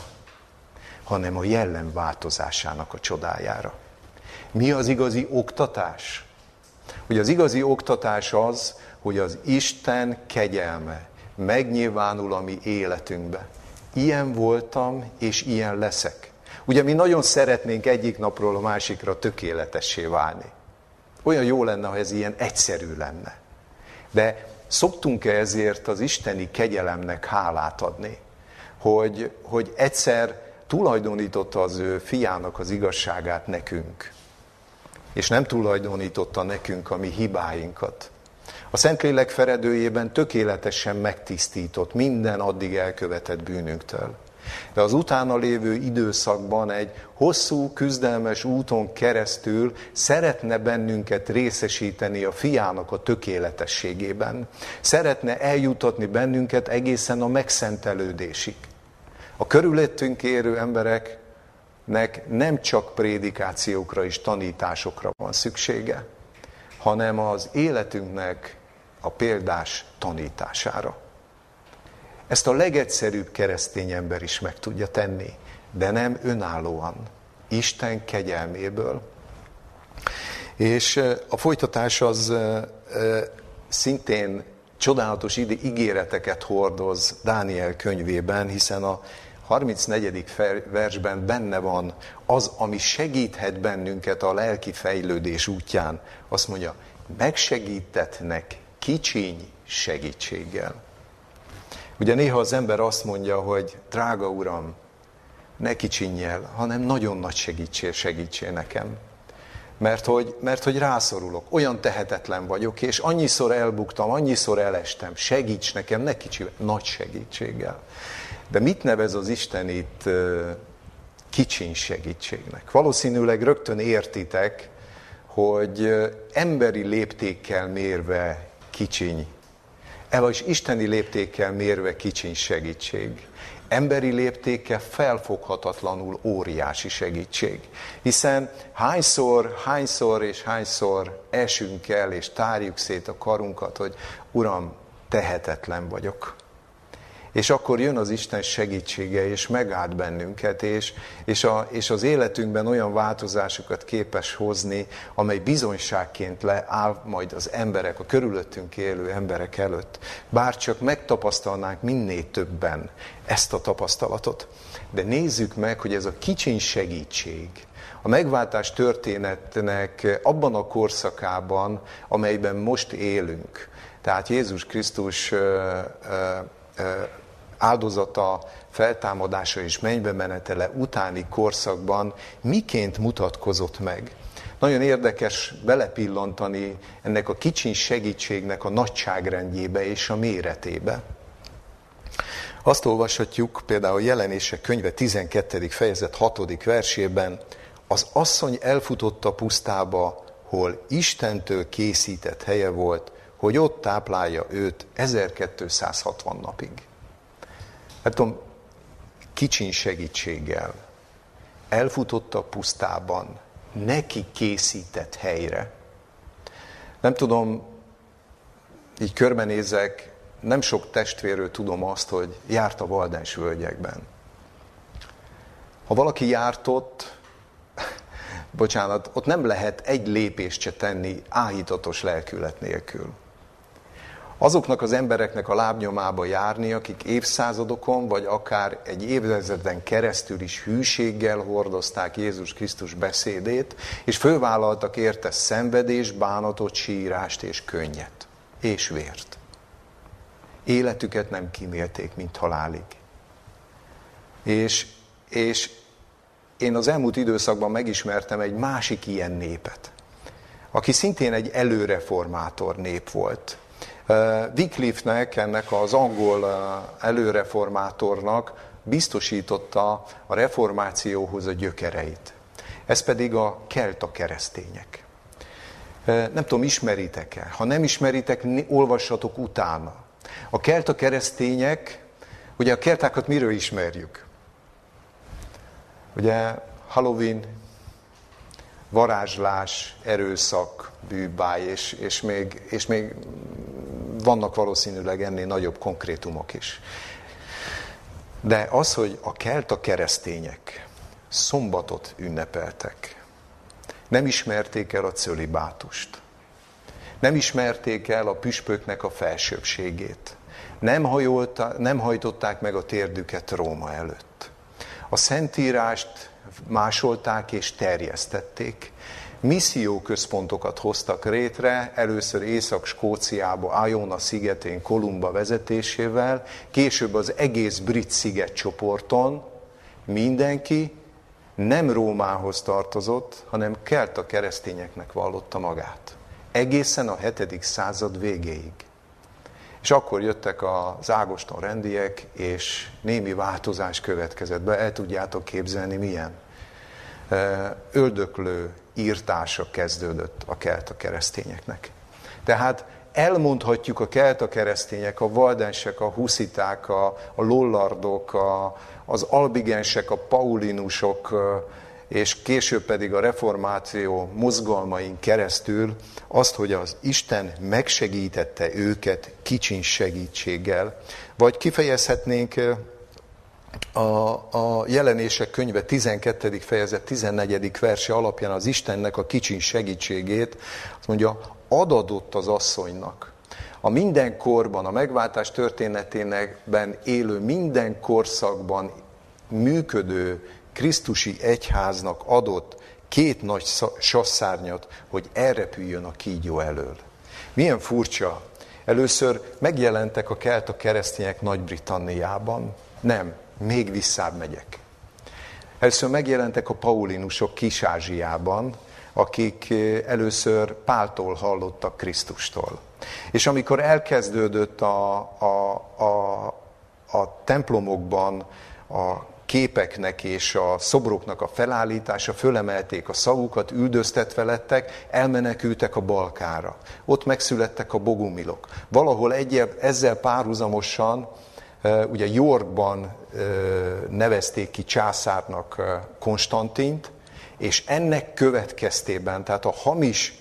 hanem a jellem változásának a csodájára. Mi az igazi oktatás? Hogy az igazi oktatás az, hogy az Isten kegyelme megnyilvánul a mi életünkbe. Ilyen voltam, és ilyen leszek. Ugye mi nagyon szeretnénk egyik napról a másikra tökéletessé válni. Olyan jó lenne, ha ez ilyen egyszerű lenne. De szoktunk-e ezért az isteni kegyelemnek hálát adni? Hogy, hogy egyszer tulajdonította az ő fiának az igazságát nekünk. És nem tulajdonította nekünk a mi hibáinkat. A Szentlélek feredőjében tökéletesen megtisztított minden addig elkövetett bűnünktől. De az utána lévő időszakban egy hosszú, küzdelmes úton keresztül szeretne bennünket részesíteni a fiának a tökéletességében. Szeretne eljutatni bennünket egészen a megszentelődésig. A körülöttünk érő embereknek nem csak prédikációkra és tanításokra van szüksége, hanem az életünknek a példás tanítására. Ezt a legegyszerűbb keresztény ember is meg tudja tenni, de nem önállóan, Isten kegyelméből. És a folytatás az szintén csodálatos ígéreteket hordoz Dániel könyvében, hiszen a harmincnegyedik versben benne van az, ami segíthet bennünket a lelki fejlődés útján. Azt mondja, megsegítetnek kicsiny segítséggel. Ugye néha az ember azt mondja, hogy drága Uram, ne kicsinj el, hanem nagyon nagy segítsél, segítsél nekem. Mert hogy, mert hogy rászorulok, olyan tehetetlen vagyok, és annyiszor elbuktam, annyiszor elestem, segíts nekem, ne kicsi, nagy segítséggel. De mit nevez az Isten itt kicsiny segítségnek? Valószínűleg rögtön értitek, hogy emberi léptékkel mérve kicsiny, vagyis isteni léptékkel mérve kicsiny segítség. Emberi léptékkel felfoghatatlanul óriási segítség. Hiszen hányszor, hányszor és hányszor esünk el, és tárjuk szét a karunkat, hogy Uram, tehetetlen vagyok. És akkor jön az Isten segítsége, és megáld bennünket, és, és, a, és az életünkben olyan változásokat képes hozni, amely bizonyságként leáll majd az emberek, a körülöttünk élő emberek előtt. Bár csak megtapasztalnánk minél többen ezt a tapasztalatot. De nézzük meg, hogy ez a kicsiny segítség, a megváltás történetnek abban a korszakában, amelyben most élünk, tehát Jézus Krisztus ö, ö, ö, áldozata, feltámadása és mennybe menetele utáni korszakban miként mutatkozott meg. Nagyon érdekes belepillantani ennek a kicsiny segítségnek a nagyságrendjébe és a méretébe. Azt olvashatjuk például a Jelenések könyve tizenkettedik fejezet hatodik versében, az asszony elfutott a pusztába, hol Istentől készített helye volt, hogy ott táplálja őt ezerkétszázhatvan napig. Hát tudom, kicsiny segítséggel elfutott a pusztában, neki készített helyre. Nem tudom, így körbenézek, nem sok testvérről tudom azt, hogy járt a Valdens völgyekben. Ha valaki járt ott, bocsánat, ott nem lehet egy lépést se tenni áhítatos lelkület nélkül. Azoknak az embereknek a lábnyomába járni, akik évszázadokon, vagy akár egy évezreden keresztül is hűséggel hordozták Jézus Krisztus beszédét, és fölvállaltak érte szenvedés, bánatot, sírást és könnyet, és vért. Életüket nem kímélték, mint halálig. És, és én az elmúlt időszakban megismertem egy másik ilyen népet, aki szintén egy előreformátor nép volt. Wycliffe-nek, ennek az angol előreformátornak biztosította a reformációhoz a gyökereit. Ez pedig a kelta keresztények. Nem tudom, ismeritek-e? Ha nem ismeritek, olvassatok utána. A kelta keresztények, ugye a keltákat miről ismerjük? Ugye Halloween, varázslás, erőszak, bűbáj, és, és, még, és még vannak valószínűleg ennél nagyobb konkrétumok is. De az, hogy a kelta keresztények szombatot ünnepeltek, nem ismerték el a cölibátust, nem ismerték el a püspöknek a felsőbbségét, nem, hajolta, nem hajtották meg a térdüket Róma előtt. A Szentírást másolták és terjesztették. Misszióközpontokat hoztak létre, először Észak-Skóciába, Iona szigetén, Kolumba vezetésével, később az egész brit szigetcsoporton. Mindenki nem Rómához tartozott, hanem kelta keresztényeknek vallotta magát. Egészen a hetedik század végéig. És akkor jöttek az Ágoston rendiek, és némi változás következett be. El tudjátok képzelni, milyen? Öldöklő írtása kezdődött a kelta keresztényeknek. Tehát elmondhatjuk a kelta keresztények, a valdensek, a husziták, a, a lollardok, a, az albigensek, a paulinusok, és később pedig a reformáció mozgalmain keresztül azt, hogy az Isten megsegítette őket kicsiny segítséggel. Vagy kifejezhetnénk a, a Jelenések könyve tizenkettedik fejezet tizennegyedik verse alapján az Istennek a kicsiny segítségét, azt mondja, adadott az asszonynak. A minden korban, a megváltás történeténben élő minden korszakban működő Krisztusi egyháznak adott két nagy sasszárnyat, hogy elrepüljön a kígyó elől. Milyen furcsa. Először megjelentek a kelta keresztények Nagy-Britanniában. Nem, még visszább megyek. Először megjelentek a paulinusok Kis-Ázsiában, akik először Páltól hallottak Krisztustól. És amikor elkezdődött a, a, a, a templomokban a képeknek és a szobroknak a felállítása, fölemelték a szavukat, üldöztetve lettek, elmenekültek a Balkánra. Ott megszülettek a bogumilok. Valahol egyel, ezzel párhuzamosan, ugye Yorkban nevezték ki császárnak Konstantint, és ennek következtében, tehát a hamis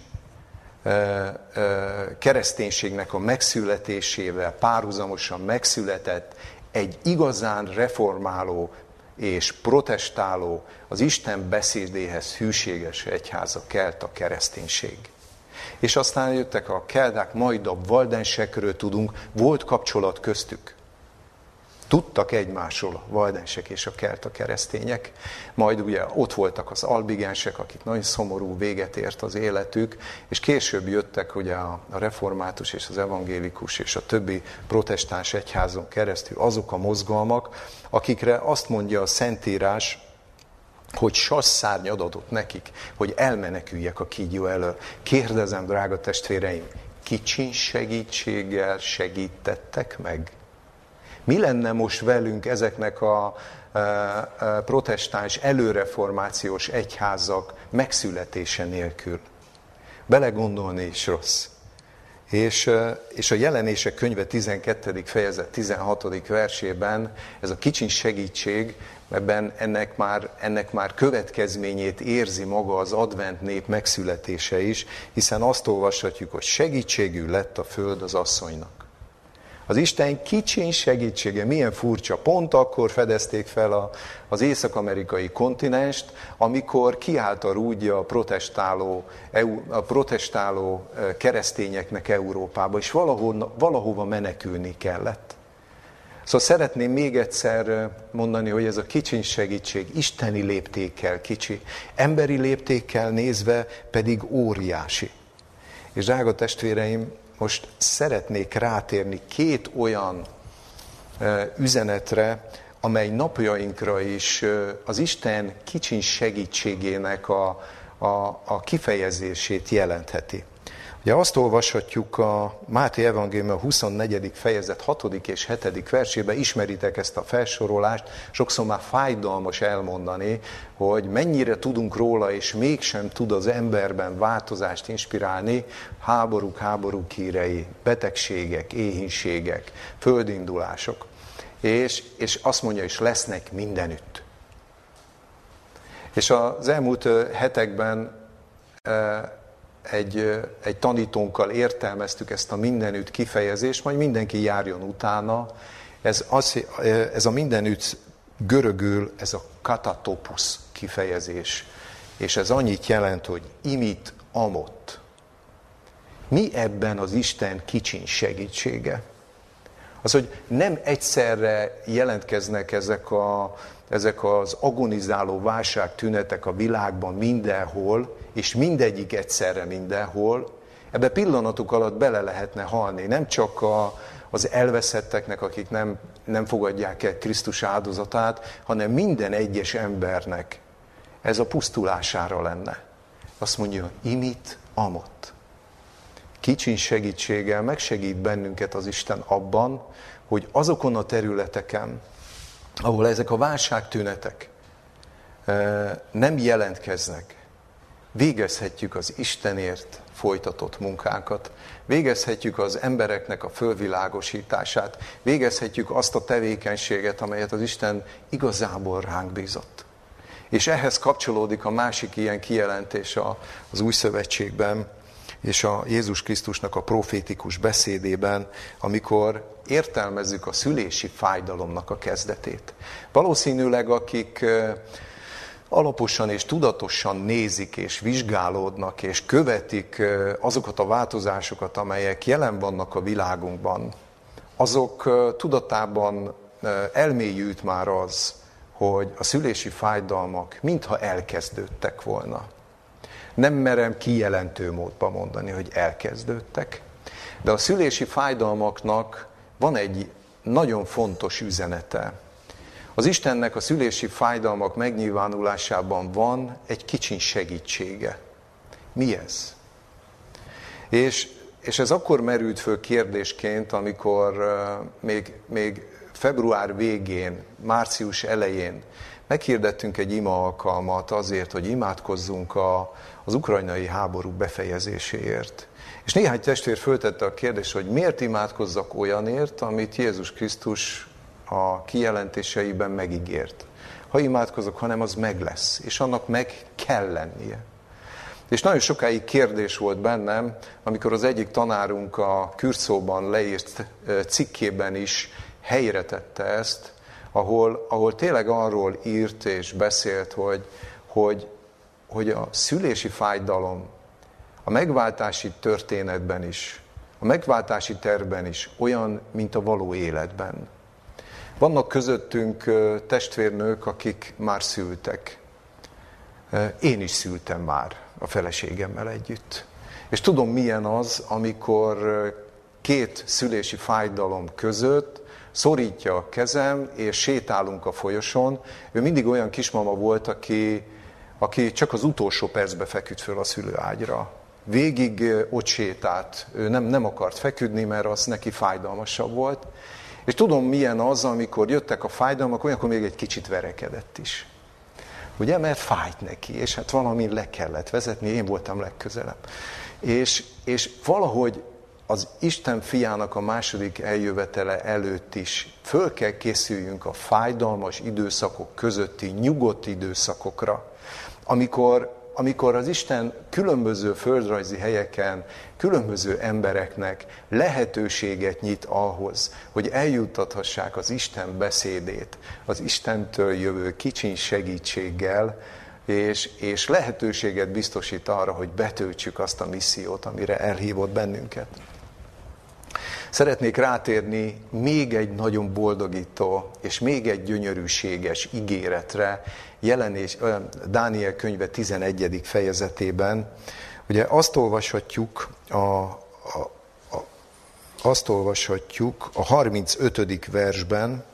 kereszténységnek a megszületésével párhuzamosan megszületett egy igazán reformáló és protestáló, az Isten beszédéhez hűséges egyház, a kelta kereszténység. És aztán jöttek a kelták, majd a valdensekről tudunk, volt kapcsolat köztük. Tudtak egymásról a valdensek és a kelta keresztények, majd ugye ott voltak az albigensek, akik nagyon szomorú véget ért az életük, és később jöttek ugye a református és az evangélikus és a többi protestáns egyházon keresztül azok a mozgalmak, akikre azt mondja a Szentírás, hogy sasszárny adott nekik, hogy elmeneküljek a kígyó elől. Kérdezem, drága testvéreim, kicsin segítséggel segítettek meg? Mi lenne most velünk ezeknek a protestáns előreformációs egyházak megszületése nélkül? Belegondolni is rossz. És, és a Jelenések könyve tizenkettedik fejezet tizenhatodik versében ez a kicsin segítség, ebben ennek már, ennek már következményét érzi maga az advent nép megszületése is, hiszen azt olvashatjuk, hogy segítségül lett a föld az asszonynak. Az Isten kicsin segítsége, milyen furcsa, pont akkor fedezték fel a, az észak-amerikai kontinenst, amikor kiállt a rúdja a protestáló, a protestáló keresztényeknek Európába, és valahol, valahova menekülni kellett. Szóval szeretném még egyszer mondani, hogy ez a kicsin segítség isteni léptékkel kicsi, emberi léptékkel nézve pedig óriási. És drága testvéreim, most szeretnék rátérni két olyan üzenetre, amely napjainkra is az Isten kicsin segítségének a, a, a kifejezését jelentheti. Ugye azt olvashatjuk a Máté evangélium a huszonnegyedik fejezet hatodik és hetedik versében, ismeritek ezt a felsorolást, sokszor már fájdalmas elmondani, hogy mennyire tudunk róla, és mégsem tud az emberben változást inspirálni, háborúk, háborúk hírei, betegségek, éhínségek, földindulások. És, és azt mondja, és lesznek mindenütt. És az elmúlt hetekben Egy, egy tanítónkkal értelmeztük ezt a mindenütt kifejezést, majd mindenki járjon utána. Ez, az, ez a mindenütt görögül, ez a katatopus kifejezés. És ez annyit jelent, hogy imit amott. Mi ebben az Isten kicsin segítsége? Az, hogy nem egyszerre jelentkeznek ezek, a, ezek az agonizáló válságtünetek a világban mindenhol, és mindegyik egyszerre mindenhol, ebbe pillanatok alatt bele lehetne halni. Nem csak a, az elveszetteknek, akik nem, nem fogadják el Krisztus áldozatát, hanem minden egyes embernek ez a pusztulására lenne. Azt mondja, imit amott. Kicsin segítséggel megsegít bennünket az Isten abban, hogy azokon a területeken, ahol ezek a válságtünetek nem jelentkeznek, végezhetjük az Istenért folytatott munkánkat, végezhetjük az embereknek a fölvilágosítását, végezhetjük azt a tevékenységet, amelyet az Isten igazából ránk bízott. És ehhez kapcsolódik a másik ilyen kijelentés az Új Szövetségben, és a Jézus Krisztusnak a profétikus beszédében, amikor értelmezzük a szülési fájdalomnak a kezdetét. Valószínűleg akik alaposan és tudatosan nézik és vizsgálódnak és követik azokat a változásokat, amelyek jelen vannak a világunkban, azok tudatában elmélyült már az, hogy a szülési fájdalmak mintha elkezdődtek volna. Nem merem kijelentő módban mondani, hogy elkezdődtek, de a szülési fájdalmaknak van egy nagyon fontos üzenete. Az Istennek a szülési fájdalmak megnyilvánulásában van egy kicsin segítsége. Mi ez? És, és ez akkor merült föl kérdésként, amikor uh, még, még február végén, március elején meghirdettünk egy ima alkalmat azért, hogy imádkozzunk a, az ukrajnai háború befejezéséért. És néhány testvér föltette a kérdést, hogy miért imádkozzak olyanért, amit Jézus Krisztus a kijelentéseiben megígért. Ha imádkozok, hanem az meg lesz, és annak meg kell lennie. És nagyon sokáig kérdés volt bennem, amikor az egyik tanárunk a Kürtszóban leírt cikkében is helyre tette ezt, ahol, ahol tényleg arról írt és beszélt, hogy, hogy, hogy a szülési fájdalom a megváltási történetben is, a megváltási tervben is olyan, mint a való életben. Vannak közöttünk testvérnők, akik már szültek. Én is szültem már a feleségemmel együtt. És tudom, milyen az, amikor két szülési fájdalom között szorítja a kezem, és sétálunk a folyosón. Ő mindig olyan kismama volt, aki, aki csak az utolsó percben feküdt föl a szülőágyra. Végig ott sétált. Ő nem, nem akart feküdni, mert az neki fájdalmasabb volt. És tudom, milyen az, amikor jöttek a fájdalmak, olyankor még egy kicsit verekedett is. Ugye, mert fájt neki, és hát valamin le kellett vezetni, én voltam legközelebb. És, és valahogy az Isten fiának a második eljövetele előtt is föl kell készüljünk a fájdalmas időszakok közötti nyugodt időszakokra, amikor, amikor az Isten különböző földrajzi helyeken, különböző embereknek lehetőséget nyit ahhoz, hogy eljuttathassák az Isten beszédét, az Istentől jövő kicsiny segítséggel, és, és lehetőséget biztosít arra, hogy betöltsük azt a missziót, amire elhívott bennünket. Szeretnék rátérni még egy nagyon boldogító és még egy gyönyörűséges ígéretre, jelenés, Dániel könyve tizenegyedik fejezetében. Ugye azt olvashatjuk a, a, a, azt olvashatjuk a harmincötödik versben,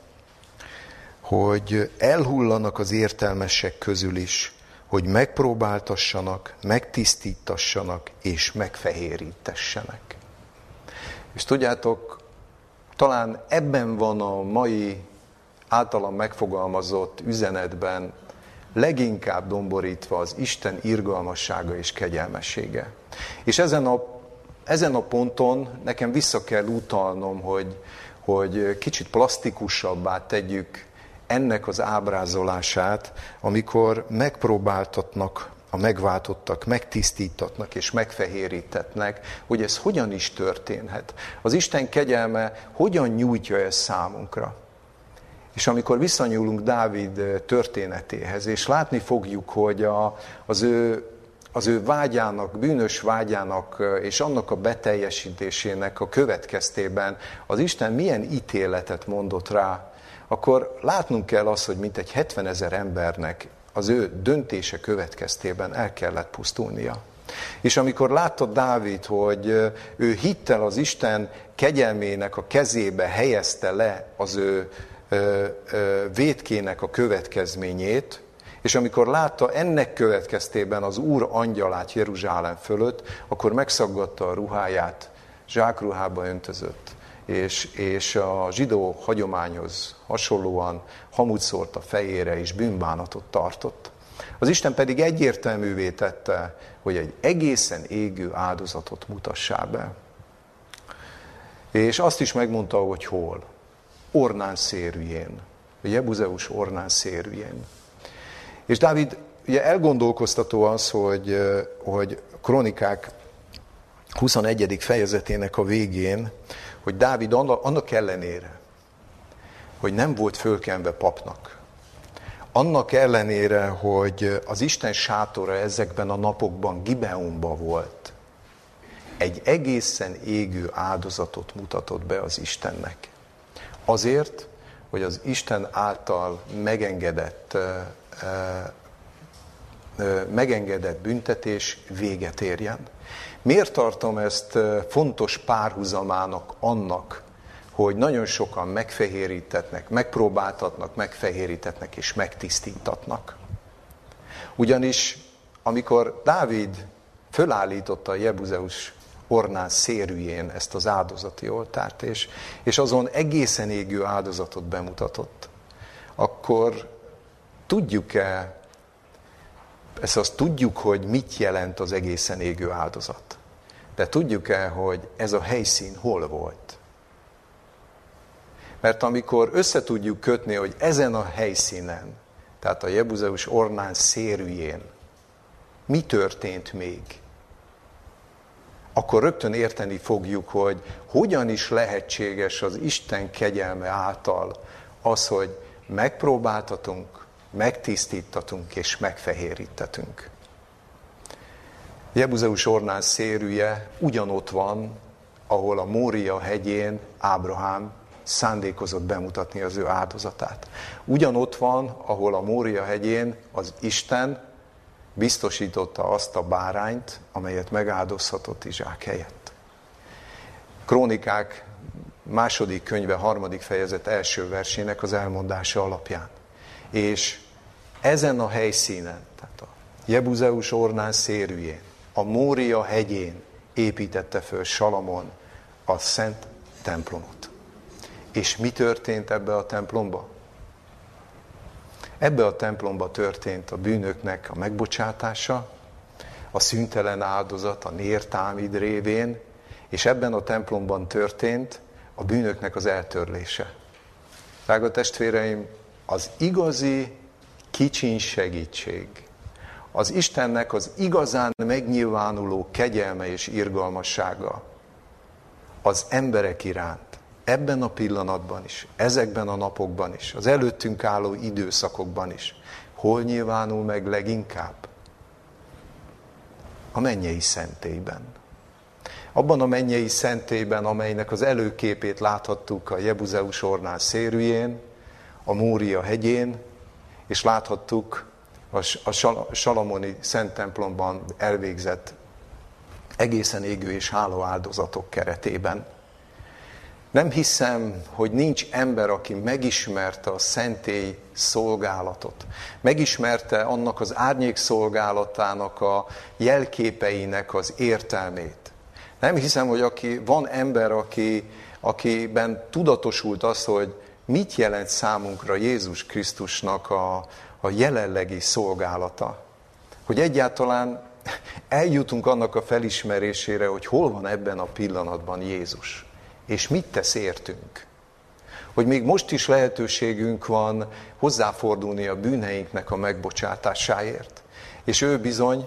hogy elhullanak az értelmesek közül is, hogy megpróbáltassanak, megtisztítassanak és megfehérítessenek. És tudjátok, talán ebben van a mai általam megfogalmazott üzenetben leginkább domborítva az Isten irgalmassága és kegyelmessége. És ezen a, ezen a ponton nekem vissza kell utalnom, hogy, hogy kicsit plastikusabbá tegyük ennek az ábrázolását, amikor megpróbáltatnak a megváltottak, megtisztítatnak és megfehérítetnek, hogy ez hogyan is történhet. Az Isten kegyelme hogyan nyújtja ezt számunkra. És amikor visszanyúlunk Dávid történetéhez, és látni fogjuk, hogy a, az, ő, az ő vágyának, bűnös vágyának és annak a beteljesítésének a következtében az Isten milyen ítéletet mondott rá, akkor látnunk kell azt, hogy mintegy hetvenezer embernek az ő döntése következtében el kellett pusztulnia. És amikor látta Dávid, hogy ő hittel az Isten kegyelmének a kezébe helyezte le az ő vétkének a következményét, és amikor látta ennek következtében az Úr angyalát Jeruzsálem fölött, akkor megszaggatta a ruháját, zsákruhába öntözött, és, és a zsidó hagyományhoz hasonlóan hamut szórt a fejére, és bűnbánatot tartott. Az Isten pedig egyértelművé tette, hogy egy egészen égő áldozatot mutassá be. És azt is megmondta, hogy hol. Ornán szérűjén. A Jebuzeus Ornán szérűjén. És Dávid, ugye elgondolkoztató az, hogy, hogy Krónikák huszonegyedik fejezetének a végén, hogy Dávid annak ellenére, hogy nem volt fölkenve papnak, annak ellenére, hogy az Isten sátora ezekben a napokban Gibeonban volt, egy egészen égő áldozatot mutatott be az Istennek. Azért, hogy az Isten által megengedett, megengedett büntetés véget érjen. Miért tartom ezt fontos párhuzamának annak, hogy nagyon sokan megfehérítetnek, megpróbáltatnak, megfehérítetnek és megtisztítatnak? Ugyanis amikor Dávid fölállította a Jebuzeus ornán szérűjén ezt az áldozati oltárt, és, és azon egészen égő áldozatot bemutatott, akkor tudjuk-e, ezt azt tudjuk, hogy mit jelent az egészen égő áldozat. De tudjuk-e, hogy ez a helyszín hol volt? Mert amikor össze tudjuk kötni, hogy ezen a helyszínen, tehát a Jebuzeus ornán szérűjén, mi történt még, akkor rögtön érteni fogjuk, hogy hogyan is lehetséges az Isten kegyelme által az, hogy megpróbáltatunk, megtisztítatunk és megfehérítetünk. Jebuzeus ornán szérűje ugyanott van, ahol a Mória hegyén Ábrahám szándékozott bemutatni az ő áldozatát. Ugyanott van, ahol a Mória hegyén az Isten biztosította azt a bárányt, amelyet megáldozhatott Izsák helyett. Krónikák második könyve, harmadik fejezet első versének az elmondása alapján. És ezen a helyszínen, tehát a Jebuzeus ornán szérűjén, a Mória hegyén építette föl Salamon a szent templomot. És mi történt ebbe a templomba? Ebbe a templomba történt a bűnöknek a megbocsátása, a szüntelen áldozat, a nértámid révén, és ebben a templomban történt a bűnöknek az eltörlése. Drága testvéreim, az igazi kicsin segítség, az Istennek az igazán megnyilvánuló kegyelme és irgalmassága az emberek iránt, ebben a pillanatban is, ezekben a napokban is, az előttünk álló időszakokban is, hol nyilvánul meg leginkább? A mennyei szentélyben. Abban a mennyei szentélyben, amelynek az előképét láthattuk a Jebuzeus ornán szérűjén, a Mória hegyén, és láthattuk a salamoni szent templomban elvégzett egészen égő és háló áldozatok keretében. Nem hiszem, hogy nincs ember, aki megismerte a szentély szolgálatot, megismerte annak az árnyék szolgálatának a jelképeinek az értelmét. Nem hiszem, hogy aki, van ember, aki, akiben tudatosult az, hogy mit jelent számunkra Jézus Krisztusnak a, a jelenlegi szolgálata. Hogy egyáltalán eljutunk annak a felismerésére, hogy hol van ebben a pillanatban Jézus. És mit tesz értünk? Hogy még most is lehetőségünk van hozzáfordulni a bűneinknek a megbocsátásáért. És ő bizony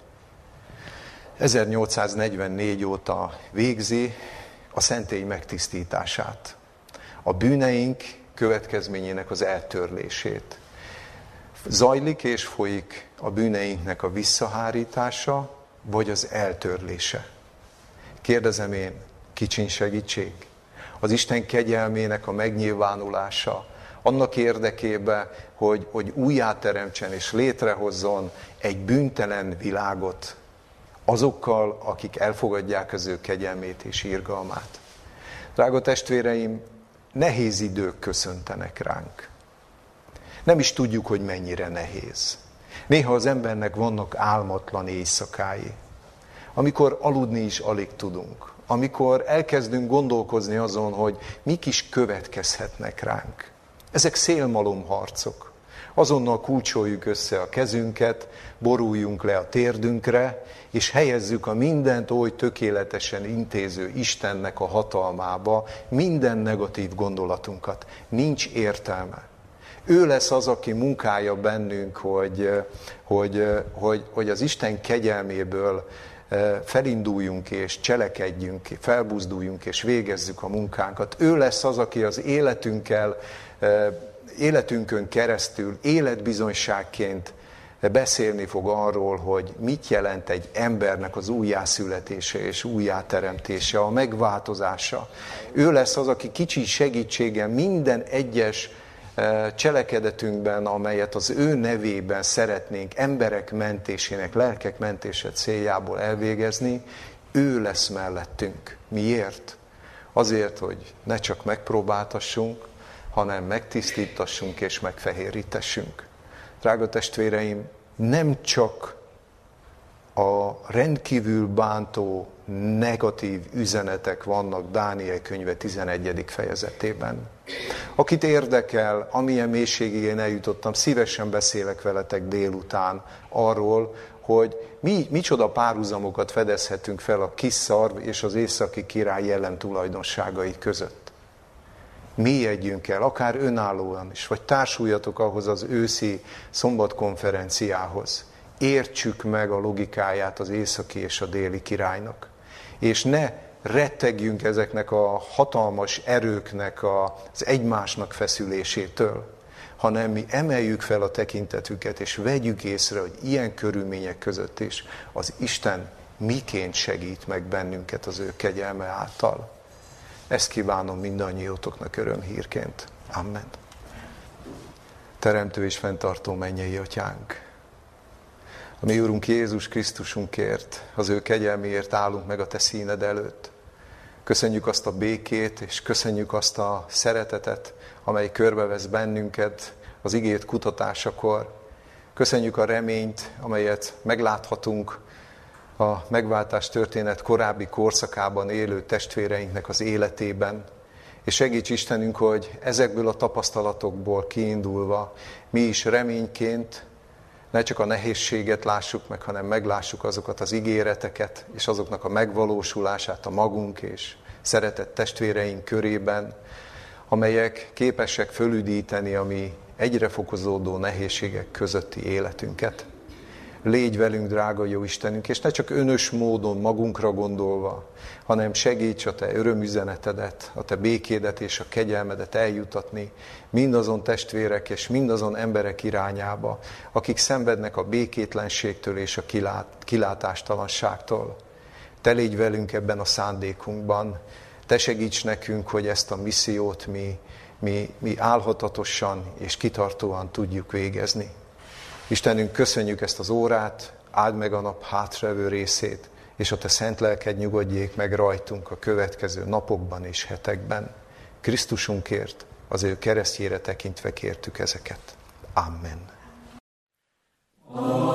ezernyolcszáznegyvennégy óta végzi a szentély megtisztítását. A bűneink következményének az eltörlését. Zajlik és folyik a bűneinknek a visszahárítása, vagy az eltörlése. Kérdezem én, kicsin segítség? Az Isten kegyelmének a megnyilvánulása, annak érdekében, hogy, hogy újjáteremtsen és létrehozzon egy bűntelen világot azokkal, akik elfogadják az ő kegyelmét és irgalmát. Drága testvéreim, nehéz idők köszöntenek ránk. Nem is tudjuk, hogy mennyire nehéz. Néha az embernek vannak álmatlan éjszakái, amikor aludni is alig tudunk, amikor elkezdünk gondolkozni azon, hogy mik is következhetnek ránk. Ezek szélmalomharcok. Azonnal kulcsoljuk össze a kezünket, boruljunk le a térdünkre, és helyezzük a mindent oly tökéletesen intéző Istennek a hatalmába minden negatív gondolatunkat. Nincs értelme. Ő lesz az, aki munkálja bennünk, hogy, hogy, hogy, hogy az Isten kegyelméből felinduljunk és cselekedjünk, felbuzduljunk és végezzük a munkánkat. Ő lesz az, aki az életünkkel, életünkön keresztül életbizonyságként beszélni fog arról, hogy mit jelent egy embernek az újjászületése és újjáteremtése, a megváltozása. Ő lesz az, aki kicsi segítséggel minden egyes cselekedetünkben, amelyet az ő nevében szeretnénk emberek mentésének, lelkek mentése céljából elvégezni, ő lesz mellettünk. Miért? Azért, hogy ne csak megpróbáltassunk, hanem megtisztítassunk és megfehérítessünk. Drága testvéreim, nem csak a rendkívül bántó, negatív üzenetek vannak Dániel könyve tizenegyedik fejezetében. Akit érdekel, amilyen mélységig én eljutottam, szívesen beszélek veletek délután arról, hogy mi, micsoda párhuzamokat fedezhetünk fel a kis szarv és az északi király jelen tulajdonságai között. Mélyedjünk el, akár önállóan is, vagy társuljatok ahhoz az őszi szombatkonferenciához. Értsük meg a logikáját az északi és a déli királynak. És ne rettegjünk ezeknek a hatalmas erőknek az egymásnak feszülésétől, hanem mi emeljük fel a tekintetüket, és vegyük észre, hogy ilyen körülmények között is az Isten miként segít meg bennünket az ő kegyelme által. Ezt kívánom mindannyiótoknak örömhírként. Amen. Teremtő és fenntartó mennyei Atyánk, a mi Úrunk Jézus Krisztusunkért, az ő kegyelméért állunk meg a Te színed előtt. Köszönjük azt a békét, és köszönjük azt a szeretetet, amely körbevesz bennünket az igét kutatásakor. Köszönjük a reményt, amelyet megláthatunk a megváltás történet korábbi korszakában élő testvéreinknek az életében. És segíts Istenünk, hogy ezekből a tapasztalatokból kiindulva mi is reményként ne csak a nehézséget lássuk meg, hanem meglássuk azokat az ígéreteket, és azoknak a megvalósulását a magunk és szeretett testvéreink körében, amelyek képesek fölüdíteni a mi egyre fokozódó nehézségek közötti életünket. Légy velünk, drága jó Istenünk, és ne csak önös módon magunkra gondolva, hanem segíts a Te örömüzenetedet, a Te békédet és a kegyelmedet eljutatni mindazon testvérek és mindazon emberek irányába, akik szenvednek a békétlenségtől és a kilát, kilátástalanságtól. Te légy velünk ebben a szándékunkban, Te segíts nekünk, hogy ezt a missziót mi, mi, mi álhatatosan és kitartóan tudjuk végezni. Istenünk, köszönjük ezt az órát, áld meg a nap hátrevő részét, és a Te szent lelked nyugodjék meg rajtunk a következő napokban és hetekben. Krisztusunkért, az ő keresztjére tekintve kértük ezeket. Amen.